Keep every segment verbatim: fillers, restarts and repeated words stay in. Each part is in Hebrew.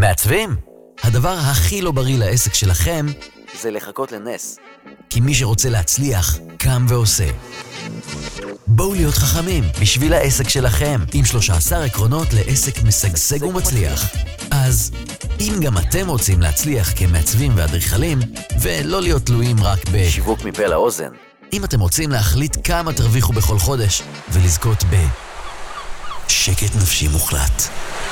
מעצבים? הדבר הכי לא בריא לעסק שלכם זה לחכות לנס. כי מי שרוצה להצליח, קם ועושה. בואו להיות חכמים בשביל העסק שלכם, עם שלושה עשר עקרונות לעסק משגשג ומצליח. אז אם גם אתם רוצים להצליח כמעצבים ואדריכלים, ולא להיות תלויים רק בשיווק מפה לאוזן, אם אתם רוצים להחליט כמה תרוויחו בכל חודש, ולזכות בשקט נפשי מוחלט.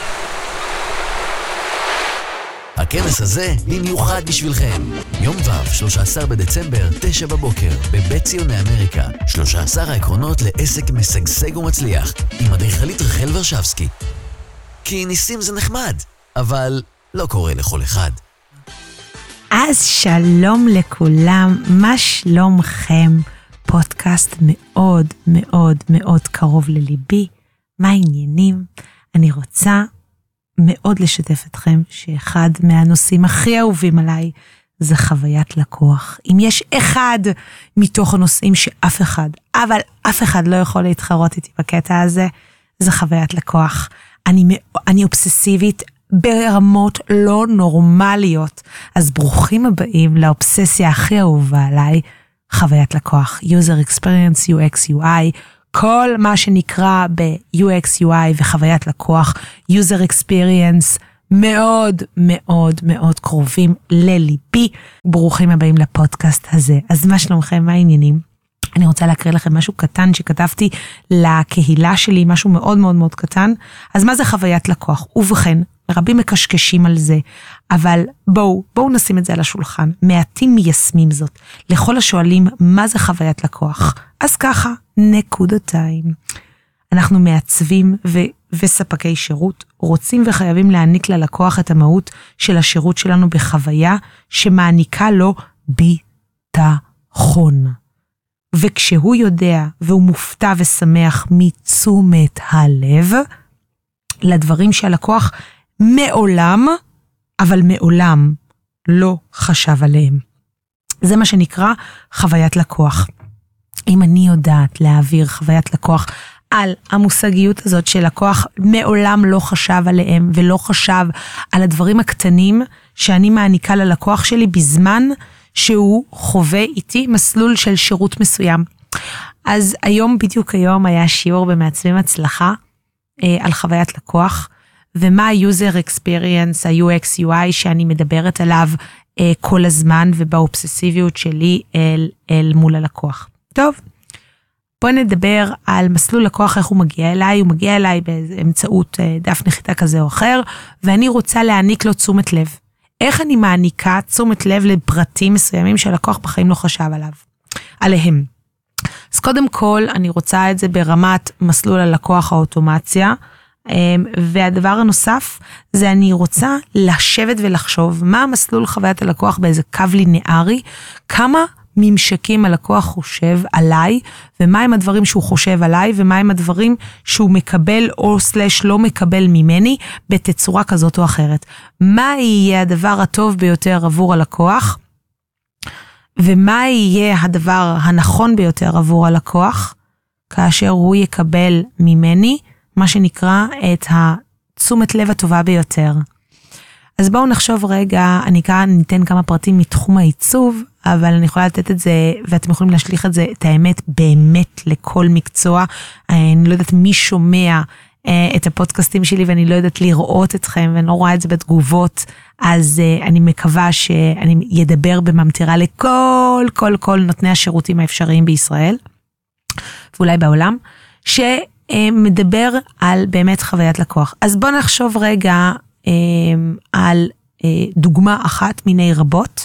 הכנס הזה במיוחד בשבילכם. יום ו', שלושה עשר בדצמבר, תשע בבוקר, בבית ציוני אמריקה. שלושה עשר העקרונות לעסק משגשג ומצליח, עם אדריכלית רחל ורשבסקי. כי ניסים זה נחמד, אבל לא קורה לכל אחד. אז שלום לכולם, מה שלומכם? פודקאסט מאוד מאוד מאוד קרוב לליבי. מה העניינים? אני רוצה מאוד לשתף אתכם שאחד מהנושאים הכי אהובים עליי זה חוויית לקוח. אם יש אחד מתוך הנושאים שאף אחד, אבל אף אחד לא יכול להתחרות איתי בקטע הזה, זה חוויית לקוח. אני, אני אובססיבית ברמות לא נורמליות. אז ברוכים הבאים לאובססיה הכי אהובה עליי, חוויית לקוח. User Experience, U X U I, כל מה שנקרא ב-U X U I וחוויית לקוח, User Experience, מאוד מאוד מאוד קרובים לליבי. ברוכים הבאים לפודקאסט הזה. אז מה שלומכם, מה העניינים? אני רוצה להקריא לכם משהו קטן שכתבתי לקהילה שלי, משהו מאוד מאוד מאוד קטן. אז מה זה חוויית לקוח? ובכן, רבים מקשקשים על זה, אבל בואו, בואו נשים את זה על השולחן. מעטים מיישמים זאת. לכל השואלים, מה זה חוויית לקוח? אז ככה, נקודתיים. אנחנו מעצבים ו- וספקי שירות, רוצים וחייבים להעניק ללקוח את המהות של השירות שלנו בחוויה, שמעניקה לו ביטחון. וכשהוא יודע, והוא מופתע ושמח מתשומת הלב, לדברים שהלקוח מעולם, אבל מעולם לא חשב עליהם. זה מה שנקרא חוויית לקוח. אם אני יודעת להעביר חוויית לקוח על המושגיות הזאת שלקוח מעולם לא חשב עליהם, ולא חשב על הדברים הקטנים שאני מעניקה ללקוח שלי בזמן שהוא חווה איתי מסלול של שירות מסוים. אז היום, בדיוק היום, היה שיעור במעצבים הצלחה אה, על חוויית לקוח, ומה ה-user experience, ה-U X U I שאני מדברת עליו אה, כל הזמן, ובאובססיביות שלי אל, אל מול הלקוח. טוב, בואו נדבר על מסלול לקוח, איך הוא מגיע אליי, הוא מגיע אליי באמצעות אה, דף נחיתה כזה או אחר, ואני רוצה להעניק לו תשומת לב. איך אני מעניקה תשומת לב לפרטים מסוימים שהלקוח בחיים לא חשב עליו, עליהם. אז קודם כל, אני רוצה את זה ברמת מסלול הלקוח האוטומציה, והדבר הנוסף, זה אני רוצה לשבת ולחשוב, מה המסלול חוויית הלקוח באיזה קו לינארי, כמה ממשקים הלקוח חושב עליי, ומה הם הדברים שהוא חושב עליי, ומה הם הדברים שהוא מקבל או סלש לא מקבל ממני, בתצורה כזאת או אחרת. מה יהיה הדבר הטוב ביותר עבור הלקוח, ומה יהיה הדבר הנכון ביותר עבור הלקוח, כאשר הוא יקבל ממני, מה שנקרא את התשומת לב הטובה ביותר. אז בואו נחשוב רגע, אני כאן ניתן כמה פרטים מתחום העיצוב, אבל אני יכולה לתת את זה, ואתם יכולים להשליך את זה, את האמת, באמת לכל מקצוע. אני לא יודעת מי שומע את הפודקאסטים שלי, ואני לא יודעת לראות אתכם, ואני לא רואה את זה בתגובות, אז אני מקווה שאני ידבר בממתירה לכל, כל, כל נותני השירותים האפשריים בישראל, ואולי בעולם, שמדבר על באמת חוויית לקוח. אז בואו נחשוב רגע, על דוגמה אחת מיני רבות,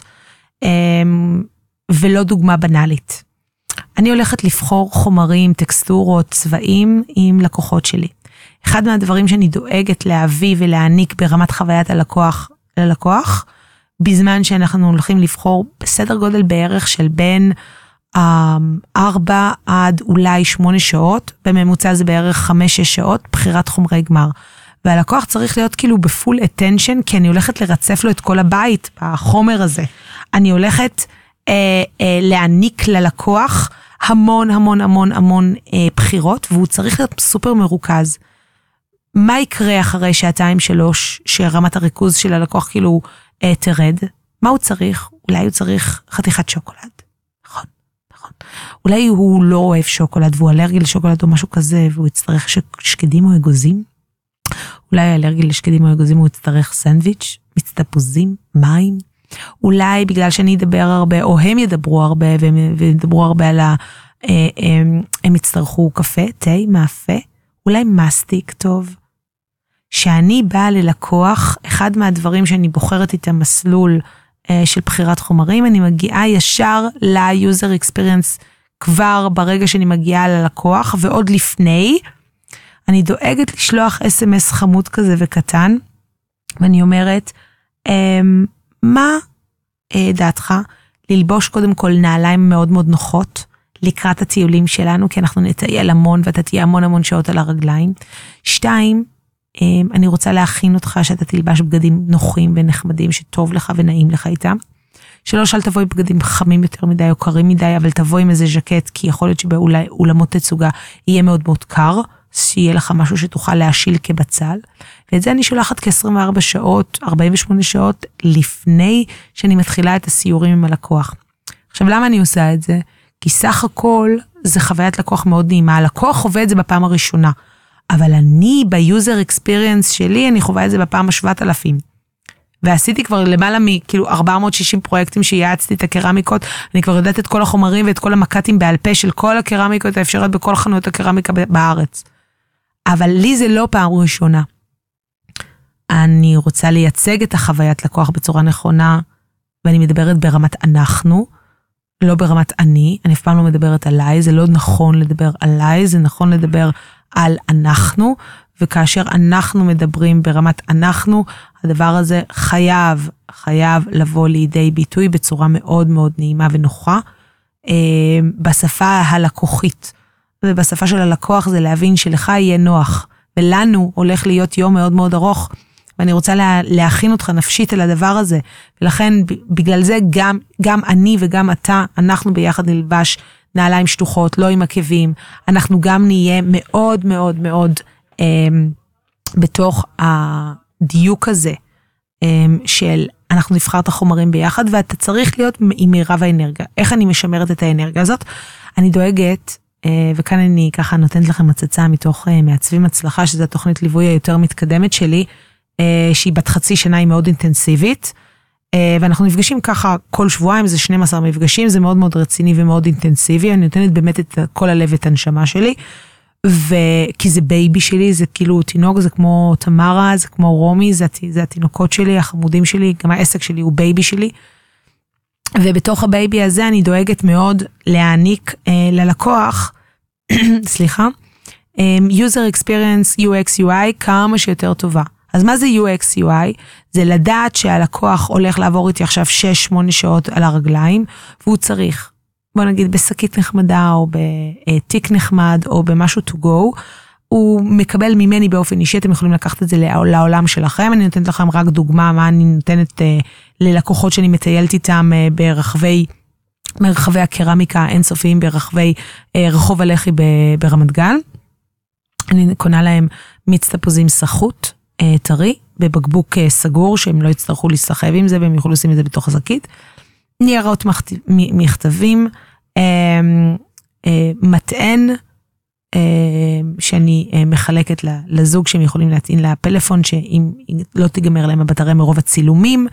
ולא דוגמה בנאלית. אני הולכת לבחור חומרים, טקסטורות, צבעים עם לקוחות שלי. אחד מהדברים שאני דואגת להביא ולהעניק ברמת חוויית הלקוח ללקוח, בזמן שאנחנו הולכים לבחור בסדר גודל בערך של בין ארבע עד אולי שמונה שעות, בממוצע זה בערך חמש שש שעות, בחירת חומרי גמר. והלקוח צריך להיות כאילו בפול attention, כי אני הולכת לרצף לו את כל הבית בחומר הזה. אני הולכת אה, אה, להעניק ללקוח המון המון המון המון אה, בחירות, והוא צריך להיות סופר מרוכז. מה יקרה אחרי שעתיים שלוש, שרמת הריכוז של הלקוח כאילו אה, תרד? מה הוא צריך? אולי הוא צריך חתיכת שוקולד. נכון, נכון. אולי הוא לא אוהב שוקולד, והוא אלרגי לשוקולד או משהו כזה, והוא יצטרך שקדים או אגוזים. אולי אלרגי לשקדים או אגוזים, הוא יצטרך סנדוויץ', מצטפוזים, מים. אולי בגלל שאני אדבר הרבה, או הם ידברו הרבה, והם ידברו הרבה על ה... הם, הם יצטרכו קפה, תה, מאפה, אולי מסטיק טוב. שאני באה ללקוח, אחד מהדברים שאני בוחרת את המסלול של בחירת חומרים, אני מגיעה ישר ל-user experience כבר ברגע שאני מגיעה ללקוח, ועוד לפני, אני דואגת לשלוח אס אם אס חמוד כזה וקטן, ואני אומרת, מה דעתך? ללבוש קודם כל נעליים מאוד מאוד נוחות, לקראת הטיולים שלנו, כי אנחנו נטייל המון, ואתה תהיה המון המון שעות על הרגליים. שתיים, אני רוצה להכין אותך שאתה תלבש בגדים נוחים ונחמדים, שטוב לך ונעים לך איתם. שלוש, אל תבואי בגדים חמים יותר מדי או קרים מדי, אבל תבואי עם איזה ז'קט, כי יכול להיות שבאולמות תצוגה יהיה מאוד מאוד קר, שיהיה לך משהו שתוכל להשיל כבצל, ואת זה אני שולחת כ-עשרים וארבע שעות, ארבעים ושמונה שעות, לפני שאני מתחילה את הסיורים עם הלקוח. עכשיו, למה אני עושה את זה? כי סך הכל זה חוויית לקוח מאוד נעימה, הלקוח חווה את זה בפעם הראשונה, אבל אני ביוזר אקספיריאנס שלי, אני חווה את זה בפעם השבעת אלפים. ועשיתי כבר למעלה מכאילו ארבע מאות ושישים פרויקטים שיעצתי את הקרמיקות, אני כבר יודעת את כל החומרים ואת כל המקטים בעל פה של כל הקרמיקות האפשריות בכל חנויות הקרמיקה בארץ. אבל לי זה לא פעם ראשונה. אני רוצה לייצג את החוויית לקוח בצורה נכונה, ואני מדברת ברמת אנחנו, לא ברמת אני, אני אף פעם לא מדברת עליי, זה לא נכון לדבר עליי, זה נכון לדבר על אנחנו, וכאשר אנחנו מדברים ברמת אנחנו, הדבר הזה חייב, חייב לבוא לידי ביטוי בצורה מאוד מאוד נעימה ונוחה, בשפה הלקוחית, ובשפה של הלקוח זה להבין שלך יהיה נוח, ולנו הולך להיות יום מאוד מאוד ארוך, ואני רוצה לה, להכין אותך נפשית על הדבר הזה, ולכן בגלל זה גם, גם אני וגם אתה, אנחנו ביחד נלבש נעליים שטוחות, לא עם עקבים, אנחנו גם נהיה מאוד מאוד מאוד אה, בתוך הדיוק הזה, אה, של אנחנו נבחר את החומרים ביחד, ואתה צריך להיות עם מירב האנרגיה. איך אני משמרת את האנרגיה הזאת? אני דואגת, אה, וכאן אני ככה נותנת לכם הצצה מתוך אה, מעצבים הצלחה, שזו התוכנית ליווי היותר מתקדמת שלי, שהיא בת חצי שנה, היא מאוד אינטנסיבית, ואנחנו נפגשים ככה כל שבועיים, זה שנים עשר מפגשים, זה מאוד מאוד רציני ומאוד אינטנסיבי, אני נותנת באמת את כל הלב ואת הנשמה שלי, וכי זה בייבי שלי, זה כאילו תינוק, זה כמו תמרה, זה כמו רומי, זה, זה התינוקות שלי, החמודים שלי, גם העסק שלי הוא בייבי שלי, ובתוך הבייבי הזה אני דואגת מאוד להעניק אה, ללקוח, סליחה, אה, user experience, יו אקס יו איי, כמה שיותר טובה. אז מה זה יו אקס יו איי? זה לדעת שהלקוח הולך לעבור איתי עכשיו שש שמונה שעות על הרגליים, והוא צריך, בוא נגיד, בשקית נחמדה, או בתיק נחמד, או במשהו to go, הוא מקבל ממני באופן אישי, אתם יכולים לקחת את זה לעולם שלכם, אני נותנת לכם רק דוגמה, מה אני נותנת ללקוחות שאני מטיילת איתם ברחבי, מרחבי הקרמיקה האינסופיים, ברחבי רחוב הלח"י ברמת גן, אני קונה להם מיץ תפוזים סחוט, טרי, בבקבוק סגור, שהם לא יצטרכו להסתחב עם זה, והם יוכלו לשים את זה בתוך הזקית. ניירות מכתבים, מטען, שאני מחלקת לזוג, שהם יכולים להטעין לפלאפון, שאם לא תיגמר להם הבטריה מרוב הצילומים.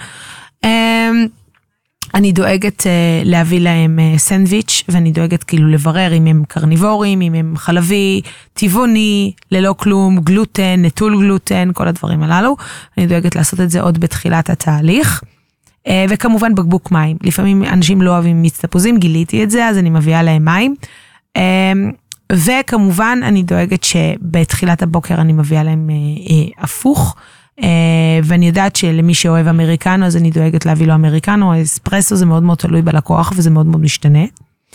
אני דואגת להביא להם סנדוויץ', ואני דואגת כאילו לברר אם הם קרניבורים, אם הם חלבי, טבעוני, ללא כלום, גלוטן, נטול גלוטן, כל הדברים הללו. אני דואגת לעשות את זה עוד בתחילת התהליך. וכמובן בקבוק מים. לפעמים אנשים לא אוהבים מיץ תפוזים, גיליתי את זה, אז אני מביאה להם מים. וכמובן אני דואגת שבתחילת הבוקר אני מביאה להם הפוך, ואני יודעת שלמי שאוהב אמריקנו, אז אני דואגת להביא לו אמריקנו, האספרסו זה מאוד מאוד תלוי בלקוח, וזה מאוד מאוד משתנה.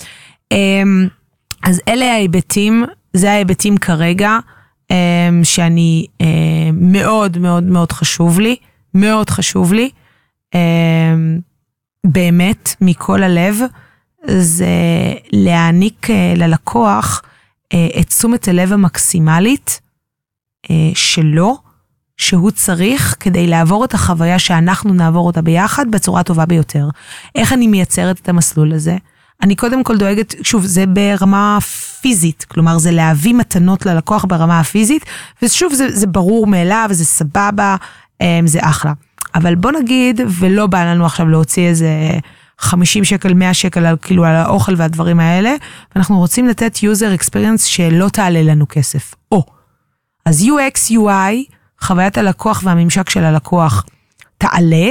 אז אלה ההיבטים, זה ההיבטים כרגע, שאני מאוד מאוד מאוד חשוב לי, מאוד חשוב לי, באמת מכל הלב, זה להעניק ללקוח את תשומת הלב המקסימלית, אה, שלו, שהוא צריך כדי לעבור את החוויה שאנחנו נעבור אותה ביחד בצורה הטובה ביותר. איך אני מייצרת את המסלול הזה? אני קודם כל דואגת, שוב, זה ברמה פיזית, כלומר זה להביא מתנות ללקוח ברמה הפיזית, ושוב זה, זה ברור מאליו, זה סבבה, זה אחלה. אבל בוא נגיד, ולא בא לנו עכשיו להוציא איזה חמישים שקל, מאה שקל, על, כאילו על האוכל והדברים האלה, ואנחנו רוצים לתת user experience שלא תעלה לנו כסף. או, אז יו אקס יו איי, חוויית הלקוח והממשק של הלקוח, תעלה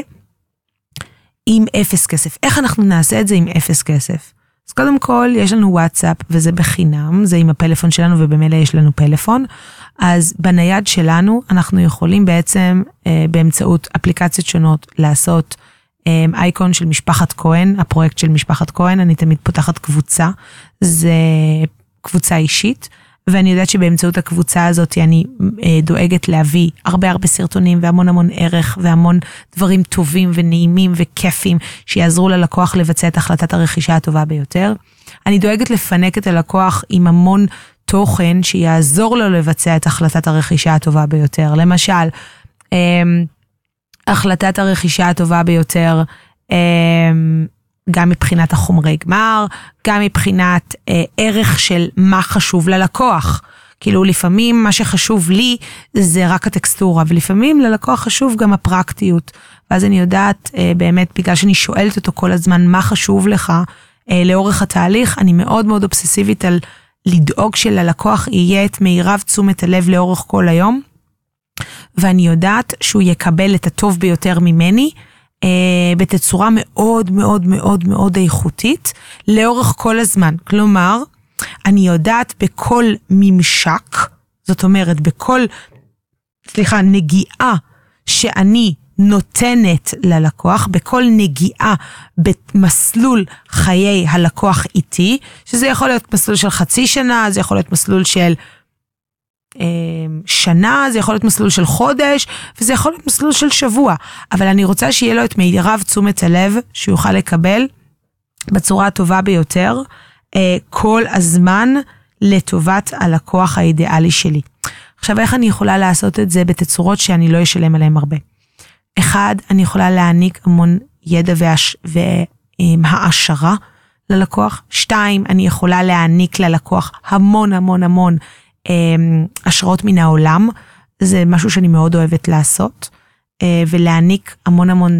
עם אפס כסף. איך אנחנו נעשה את זה עם אפס כסף? אז קודם כל, יש לנו וואטסאפ, וזה בחינם, זה עם הפלאפון שלנו, ובמילא יש לנו פלאפון, אז בנייד שלנו, אנחנו יכולים בעצם, אה, באמצעות אפליקציות שונות, לעשות אה, אייקון של משפחת כהן, הפרויקט של משפחת כהן, אני תמיד פותחת קבוצה, זה קבוצה אישית, ואני יודעת שבאמצעות הקבוצה הזאת, אני אה, דואגת להביא הרבה הרבה סרטונים, והמון המון ערך, והמון דברים טובים ונעימים וכיפים, שיעזרו ללקוח לבצע את החלטת הרכישה הטובה ביותר. אני דואגת לפנק את הלקוח עם המון תוכן, שיעזור לו לבצע את החלטת הרכישה הטובה ביותר. למשל, אה, החלטת הרכישה הטובה ביותר, אה, גם מבחינת החומרי גמר, גם מבחינת אה, ערך של מה חשוב ללקוח. כאילו לפעמים מה שחשוב לי זה רק הטקסטורה, ולפעמים ללקוח חשוב גם הפרקטיות. ואז אני יודעת אה, באמת, בגלל שאני שואלת אותו כל הזמן מה חשוב לך אה, לאורך התהליך, אני מאוד מאוד אובססיבית על לדאוג שללקוח יהיה את מירב תשומת הלב לאורך כל היום, ואני יודעת שהוא יקבל את הטוב ביותר ממני, בתצורה מאוד מאוד מאוד מאוד איכותית, לאורך כל הזמן. כלומר, אני יודעת בכל ממשק, זאת אומרת, בכל, סליחה, נגיעה שאני נותנת ללקוח, בכל נגיעה במסלול חיי הלקוח איתי, שזה יכול להיות מסלול של חצי שנה, זה יכול להיות מסלול של שנה, זה יכול להיות מסלול של חודש, וזה יכול להיות מסלול של שבוע, אבל אני רוצה שיהיה לו את מירב תשומת הלב, שיוכל לקבל בצורה הטובה ביותר, כל הזמן לטובת הלקוח האידיאלי שלי. עכשיו, איך אני יכולה לעשות את זה בתצורות שאני לא אשלם עליהם הרבה? אחד, אני יכולה להעניק המון ידע והעשרה ללקוח. שתיים, אני יכולה להעניק ללקוח המון המון המון השראות מן העולם, זה משהו שאני מאוד אוהבת לעשות, ולהעניק המון המון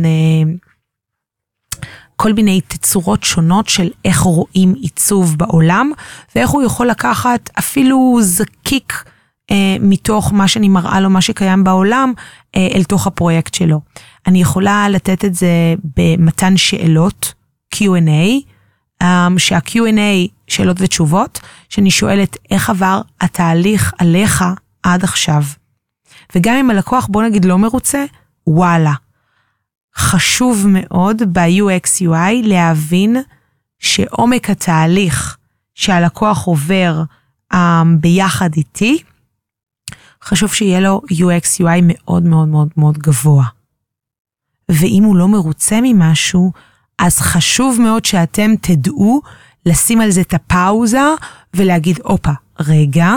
כל מיני תצורות שונות של איך רואים עיצוב בעולם, ואיך הוא יכול לקחת אפילו זקיק מתוך מה שאני מראה לו, מה שקיים בעולם, אל תוך הפרויקט שלו. אני יכולה לתת את זה במתן שאלות, קיו אנד איי, שה-קיו אנד איי, שאלות ותשובות, שאני שואלת איך עבר התהליך עליך עד עכשיו. וגם אם הלקוח, בוא נגיד, לא מרוצה, וואלה. חשוב מאוד ב-יו אקס יו איי להבין שעומק התהליך שהלקוח עובר um, ביחד איתי, חשוב שיהיה לו יו אקס יו איי מאוד מאוד מאוד מאוד גבוה. ואם הוא לא מרוצה ממשהו, אז חשוב מאוד שאתם תדעו לשים על זה את הפאוזה ולהגיד, אופה, רגע,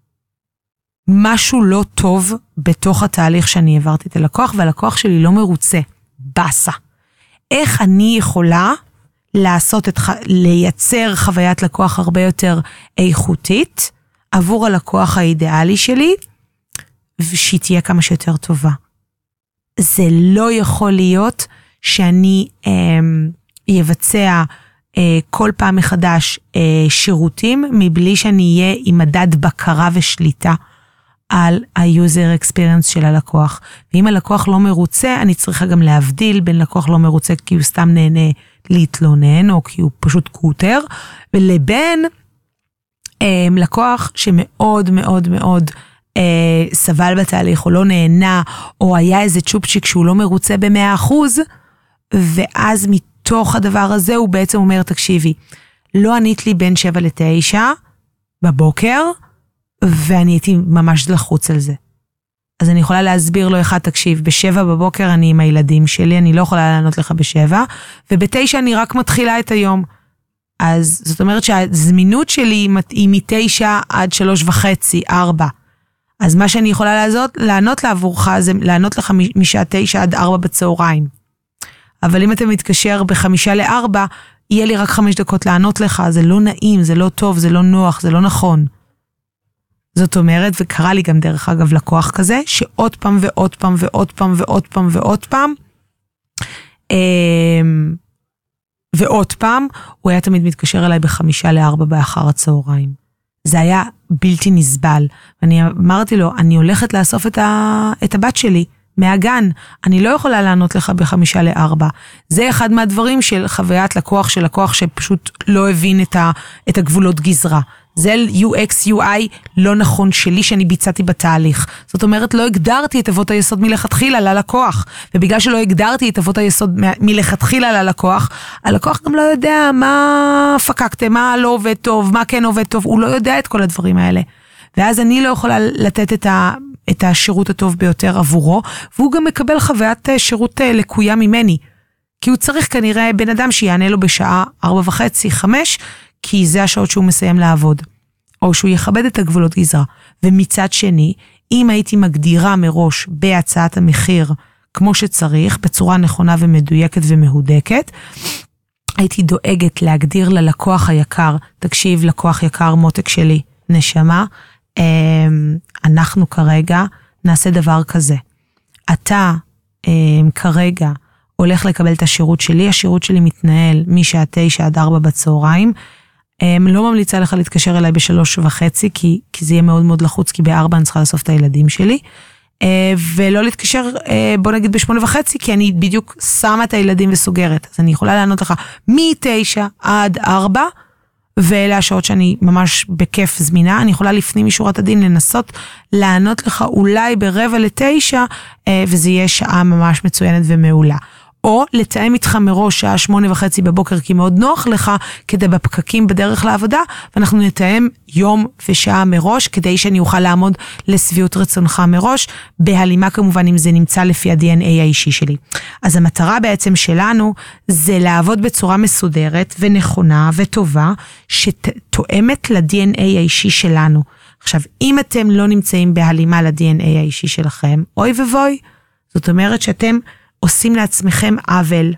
משהו לא טוב בתוך התהליך שאני העברתי את הלקוח, והלקוח שלי לא מרוצה, בסה. איך אני יכולה לעשות את, לייצר חוויית לקוח הרבה יותר איכותית, עבור הלקוח האידיאלי שלי, ושהיא תהיה כמה שיותר טובה. זה לא יכול להיות שאני אה, יבצע אה, כל פעם מחדש אה, שירותים, מבלי שאני אהיה עם מדד בקרה ושליטה על ה-user experience של הלקוח. ואם הלקוח לא מרוצה, אני צריכה גם להבדיל בין לקוח לא מרוצה כי הוא סתם נהנה להתלונן, או כי הוא פשוט קוטר, ולבין אה, לקוח שמאוד מאוד מאוד אה, סבל בתהליך, או לא נהנה, או היה איזה צ'ופצ'יק שהוא לא מרוצה ב-מאה אחוז, ואז מתוך הדבר הזה הוא בעצם אומר, תקשיבי, לא ענית לי בין שבע לתשע בבוקר, ואני הייתי ממש לחוץ על זה. אז אני יכולה להסביר לו אחד, תקשיב, בשבע בבוקר אני עם הילדים שלי, אני לא יכולה לענות לך בשבע, ובתשע אני רק מתחילה את היום. אז זאת אומרת שהזמינות שלי היא מתשע עד שלוש וחצי, ארבע. אז מה שאני יכולה לעשות, לענות לעבורך, זה לענות לך משעה תשע עד ארבע בצהריים. אבל אם אתה מתקשר בחמישה לארבע, יהיה לי רק חמש דקות לענות לך, זה לא נעים, זה לא טוב, זה לא נוח, זה לא נכון. זאת אומרת, וקרה לי גם דרך אגב לקוח כזה, שעוד פעם ועוד פעם ועוד פעם ועוד פעם ועוד פעם, ועוד פעם, הוא היה תמיד מתקשר אליי בחמישה לארבע באחר הצהריים. זה היה בלתי נסבל. ואני אמרתי לו, אני הולכת לאסוף את, ה... את הבת שלי מהגן. אני לא יכולה לענות לך בחמישה לארבע. זה אחד מהדברים של חוויית לקוח, של לקוח שפשוט לא הבין את, ה... את הגבולות גזרה. זה יו אקס יו איי לא נכון שלי שאני ביצעתי בתהליך. זאת אומרת, לא הגדרתי את אבות היסוד מלכתחילה ללקוח. ובגלל שלא הגדרתי את אבות היסוד מלכתחילה ללקוח, הלקוח גם לא יודע מה פקקתם, מה לא עובד טוב, מה כן עובד טוב, הוא לא יודע את כל הדברים האלה. ואז אני לא יכולה לתת את, ה, את השירות הטוב ביותר עבורו, והוא גם מקבל חוויית שירות לקויה ממני. כי הוא צריך כנראה בן אדם שיענה לו בשעה ארבע וחצי, חמש, כי זה השעות שהוא מסיים לעבוד, או שהוא יכבד את הגבולות גזרה. ומצד שני, אם הייתי מגדירה מראש בהצעת המחיר, כמו שצריך, בצורה נכונה ומדויקת ומהודקת, הייתי דואגת להגדיר ללקוח היקר, תקשיב, לקוח יקר, מותק שלי, נשמה, אנחנו כרגע נעשה דבר כזה. אתה כרגע הולך לקבל את השירות שלי, השירות שלי מתנהל משעה תשע עד ארבע בצהריים, לא ממליצה לך להתקשר אליי בשלוש וחצי, כי, כי זה יהיה מאוד מאוד לחוץ, כי בארבע אני צריכה לאסוף את הילדים שלי, ולא להתקשר, בוא נגיד בשמונה וחצי, כי אני בדיוק שמה את הילדים וסוגרת, אז אני יכולה לענות לך מתשע עד ארבע, ואלה השעות שאני ממש בכיף זמינה, אני יכולה לפנים משורת הדין לנסות לענות לך אולי ברבע לתשע, וזה יהיה שעה ממש מצוינת ומעולה. או לתאם איתך מראש שעה שמונה וחצי בבוקר, כי מאוד נוח לך, כדי בפקקים בדרך לעבודה, ואנחנו נתאם יום ושעה מראש, כדי שאני אוכל לעמוד לסביעות רצונך מראש, בהלימה כמובן אם זה נמצא לפי ה-די אן איי האישי שלי. אז המטרה בעצם שלנו, זה לעבוד בצורה מסודרת ונכונה וטובה, שתואמת ל-די אן איי האישי שלנו. עכשיו, אם אתם לא נמצאים בהלימה ל-די אן איי האישי שלכם, אוי ובוי, זאת אומרת שאתם עושים לעצמכם עוול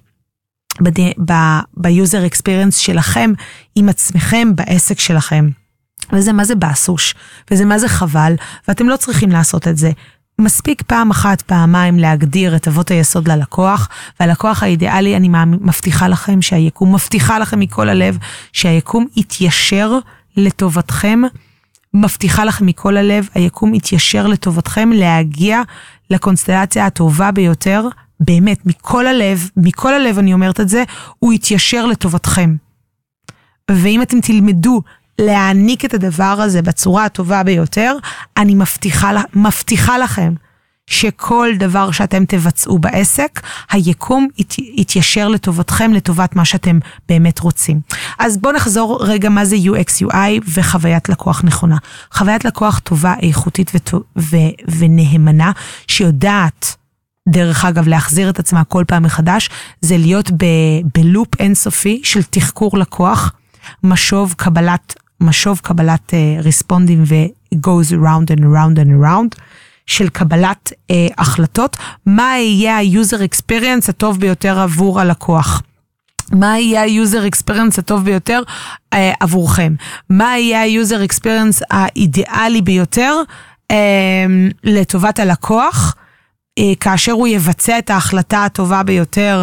ביוזר אקספיריינס שלכם, עם עצמכם, בעסק שלכם. וזה מה זה בסוש, וזה מה זה חבל, ואתם לא צריכים לעשות את זה. מספיק פעם אחת, פעמיים להגדיר את אבות היסוד ללקוח, והלקוח האידיאלי, אני מבטיחה לכם שהיקום, מבטיחה לכם מכל הלב, שהיקום יתיישר לטובתכם, מבטיחה לכם מכל הלב, היקום יתיישר לטובתכם, להגיע לקונסטלציה הטובה ביותר, באמת, מכל הלב, מכל הלב אני אומרת את זה, הוא יתיישר לטובתכם. ואם אתם תלמדו להעניק את הדבר הזה בצורה הטובה ביותר, אני מבטיחה, מבטיחה לכם שכל דבר שאתם תבצעו בעסק, היקום ית, יתיישר לטובתכם, לטובת מה שאתם באמת רוצים. אז בואו נחזור רגע מה זה יו אקס יו איי וחוויית לקוח נכונה. חוויית לקוח טובה, איכותית ו, ו, ונהמנה, שיודעת, דרך אגב, להחזיר את עצמה כל פעם מחדש, זה להיות ב- בלופ אינסופי של תחקור לקוח, משוב קבלת, משוב קבלת uh, ריספונדים ו-goes around and around and around, של קבלת uh, החלטות, מה יהיה ה-user experience הטוב ביותר עבור הלקוח? מה יהיה ה-user experience הטוב ביותר uh, עבורכם? מה יהיה ה-user experience האידיאלי ביותר uh, לטובת הלקוח? כאשר הוא יבצע את ההחלטה הטובה ביותר,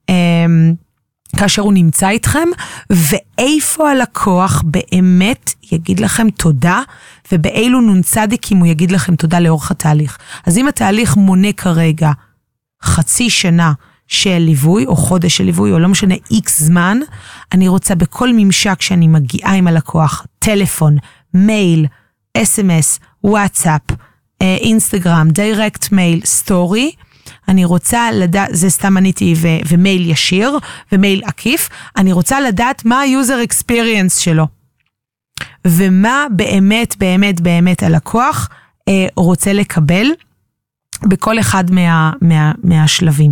כאשר הוא נמצא איתכם, ואיפה הלקוח באמת יגיד לכם תודה, ובאילו נונצדיקים הוא יגיד לכם תודה לאורך התהליך. אז אם התהליך מונה כרגע חצי שנה של ליווי, או חודש של ליווי, או לא משנה איקס זמן, אני רוצה בכל ממשק שאני מגיעה עם הלקוח, טלפון, מייל, אס אם אס, וואטסאפ, אינסטגרם, דיירקט מייל, סטורי, אני רוצה לדעת, זה סתם עניתי ו- ומייל ישיר, ומייל עקיף, אני רוצה לדעת מה ה-user experience שלו, ומה באמת, באמת, באמת הלקוח אה, רוצה לקבל, בכל אחד מה, מה, מהשלבים.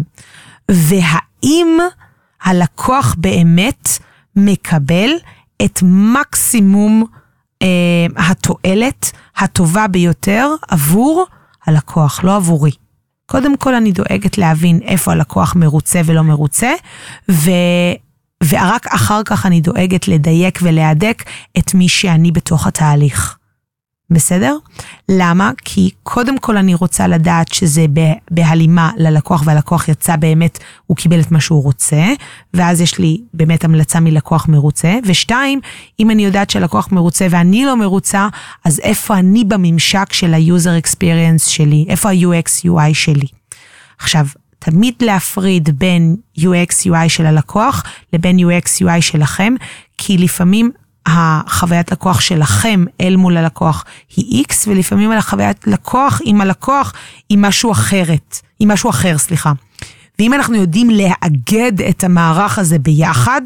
והאם הלקוח באמת מקבל את מקסימום התועלת הטובה ביותר עבור הלקוח, לא עבורי. קודם כל אני דואגת להבין איפה הלקוח מרוצה ולא מרוצה, ו... ורק אחר כך אני דואגת לדייק ולהדק את מי שאני בתוך התהליך. בסדר? למה? כי קודם כל אני רוצה לדעת שזה בהלימה ללקוח, והלקוח יצא באמת, הוא קיבל את מה שהוא רוצה, ואז יש לי באמת המלצה מלקוח מרוצה, ושתיים, אם אני יודעת שהלקוח מרוצה ואני לא מרוצה, אז איפה אני בממשק של ה-user experience שלי, איפה ה-יו אקס יו איי שלי. עכשיו, תמיד להפריד בין יו אקס יו איי של הלקוח, לבין יו אקס יו איי שלכם, כי לפעמים החוויית לקוח שלכם אל מול הלקוח היא X, ולפעמים על החוויית לקוח עם הלקוח היא משהו אחרת, היא משהו אחר, סליחה. ואם אנחנו יודעים לאגד את המערך הזה ביחד,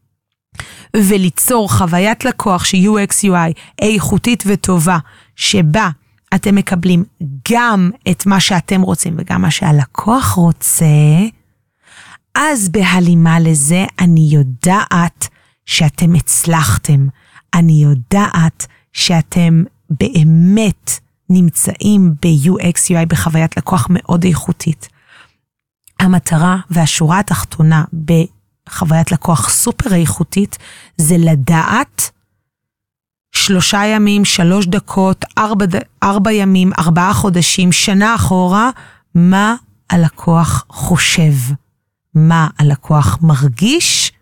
וליצור חוויית לקוח ש-יו אקס יו איי איכותית וטובה, שבה אתם מקבלים גם את מה שאתם רוצים וגם מה שהלקוח רוצה, אז בהלימה לזה אני יודעת שאתם הצלחתם. אני יודעת שאתם באמת נמצאים ב-יו אקס יו איי בחוויית לקוח מאוד איכותית. המטרה והשורה התחתונה בחוויית לקוח סופר איכותית זה לדעת שלושה ימים, שלוש דקות, ארבע, ארבע ימים, ארבעה חודשים, שנה אחורה, מה הלקוח חושב, מה הלקוח מרגיש,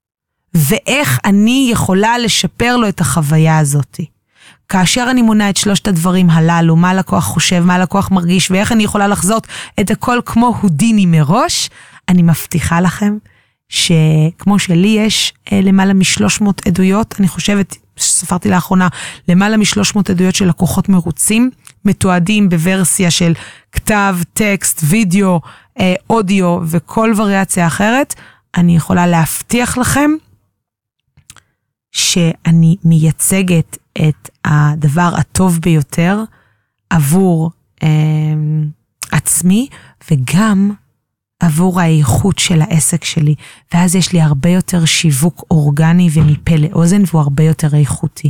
ואיך אני יכולה לשפר לו את החוויה הזאת. כאשר אני מונה את שלושת הדברים הללו, מה הלקוח חושב, מה הלקוח מרגיש, ואיך אני יכולה לחזות את הכל כמו הודיני מראש, אני מבטיחה לכם שכמו שלי יש למעלה מ-שלוש מאות עדויות, אני חושבת, ספרתי לאחרונה, למעלה מ-שלוש מאות עדויות של לקוחות מרוצים, מתועדים בוורסיה של כתב, טקסט, וידאו, אודיו וכל וריאציה אחרת, אני יכולה להבטיח לכם שאני מייצגת את הדבר הטוב ביותר עבור אה, עצמי, וגם עבור האיכות של העסק שלי, ואז יש לי הרבה יותר שיווק אורגני ומפה לאוזן, והוא הרבה יותר איכותי.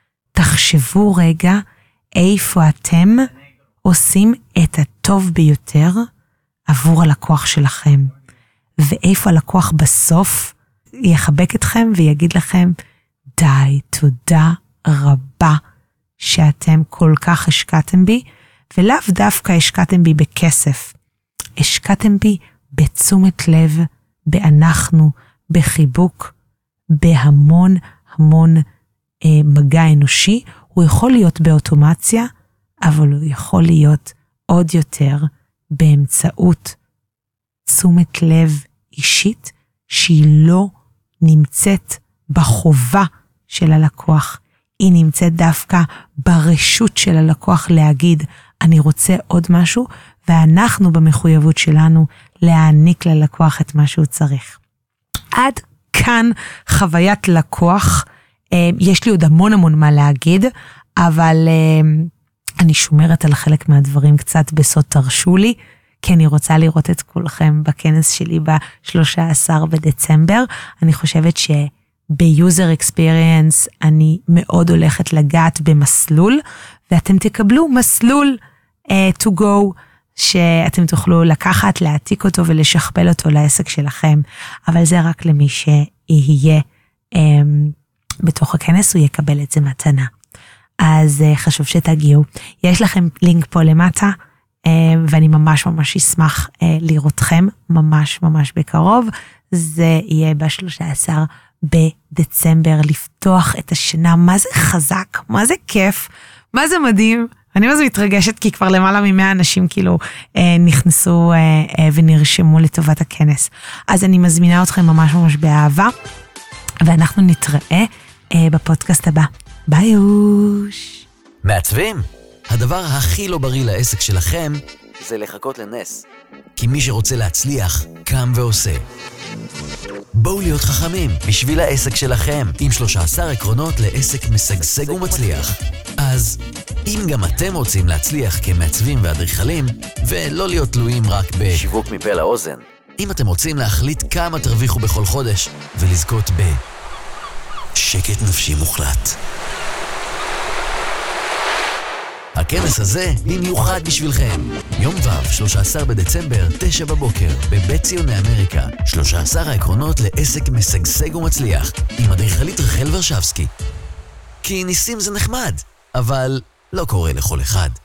תחשבו רגע איפה אתם עושים את הטוב ביותר עבור הלקוח שלכם, ואיפה הלקוח בסוף יחבק אתכם ויגיד לכם, די, תודה רבה שאתם כל כך השקעתם בי, ולאו דווקא השקעתם בי בכסף, השקעתם בי בתשומת לב, באנחנו, בחיבוק, בהמון המון אה, מגע אנושי. הוא יכול להיות באוטומציה, אבל הוא יכול להיות עוד יותר באמצעות תשומת לב אישית, שהיא לא נמצאת בחובה של הלקוח, היא נמצאת דווקא ברשות של הלקוח להגיד, אני רוצה עוד משהו, ואנחנו במחויבות שלנו להעניק ללקוח את מה שהוא צריך. עד כאן חוויית לקוח, יש לי עוד המון המון מה להגיד, אבל אני שומרת על חלק מהדברים קצת בסוד, תרשו לי, כי אני רוצה לראות את כולכם בכנס שלי ב-שלושה עשר בדצמבר. אני חושבת שביוזר אקספיריאנס אני מאוד הולכת לגעת במסלול, ואתם תקבלו מסלול uh, to go, שאתם תוכלו לקחת, להעתיק אותו ולשכפל אותו לעסק שלכם, אבל זה רק למי שיהיה um, בתוך הכנס, הוא יקבל את זה מתנה. אז uh, חשוב שתגיעו. יש לכם לינק פה למטה, uh, ואני ממש ממש אשמח uh, לראותכם, ממש ממש בקרוב. זה יהיה ב-שלושה עשר בדצמבר, לפתוח את השנה. מה זה חזק, מה זה כיף, מה זה מדהים. אני מזה מתרגשת, כי כבר למעלה ממאה אנשים כאילו אה, נכנסו אה, אה, ונרשמו לטובת הכנס. אז אני מזמינה אתכם ממש ממש באהבה, ואנחנו נתראה אה, בפודקאסט הבא. ביי יוש. מעצבים? הדבר הכי לא בריא לעסק שלכם זה לחכות לנס. כי מי שרוצה להצליח, קם ועושה. בואו להיות חכמים בשביל העסק שלכם, עם שלושה עשר עקרונות לעסק משגשג ומצליח. אז אם גם אתם רוצים להצליח כמעצבים ואדריכלים, ולא להיות תלויים רק בשיווק מפה לאוזן, אם אתם רוצים להחליט כמה תרוויחו בכל חודש, ולזכות בשקט נפשי מוחלט, הכנס הזה במיוחד בשבילכם. יום ו', שלושה עשר בדצמבר, תשע בבוקר, בבית ציוני אמריקה. שלושה עשר העקרונות לעסק משגשג ומצליח, עם אדריכלית רחל ורשבסקי. כי ניסים זה נחמד, אבל לא קורה לכל אחד.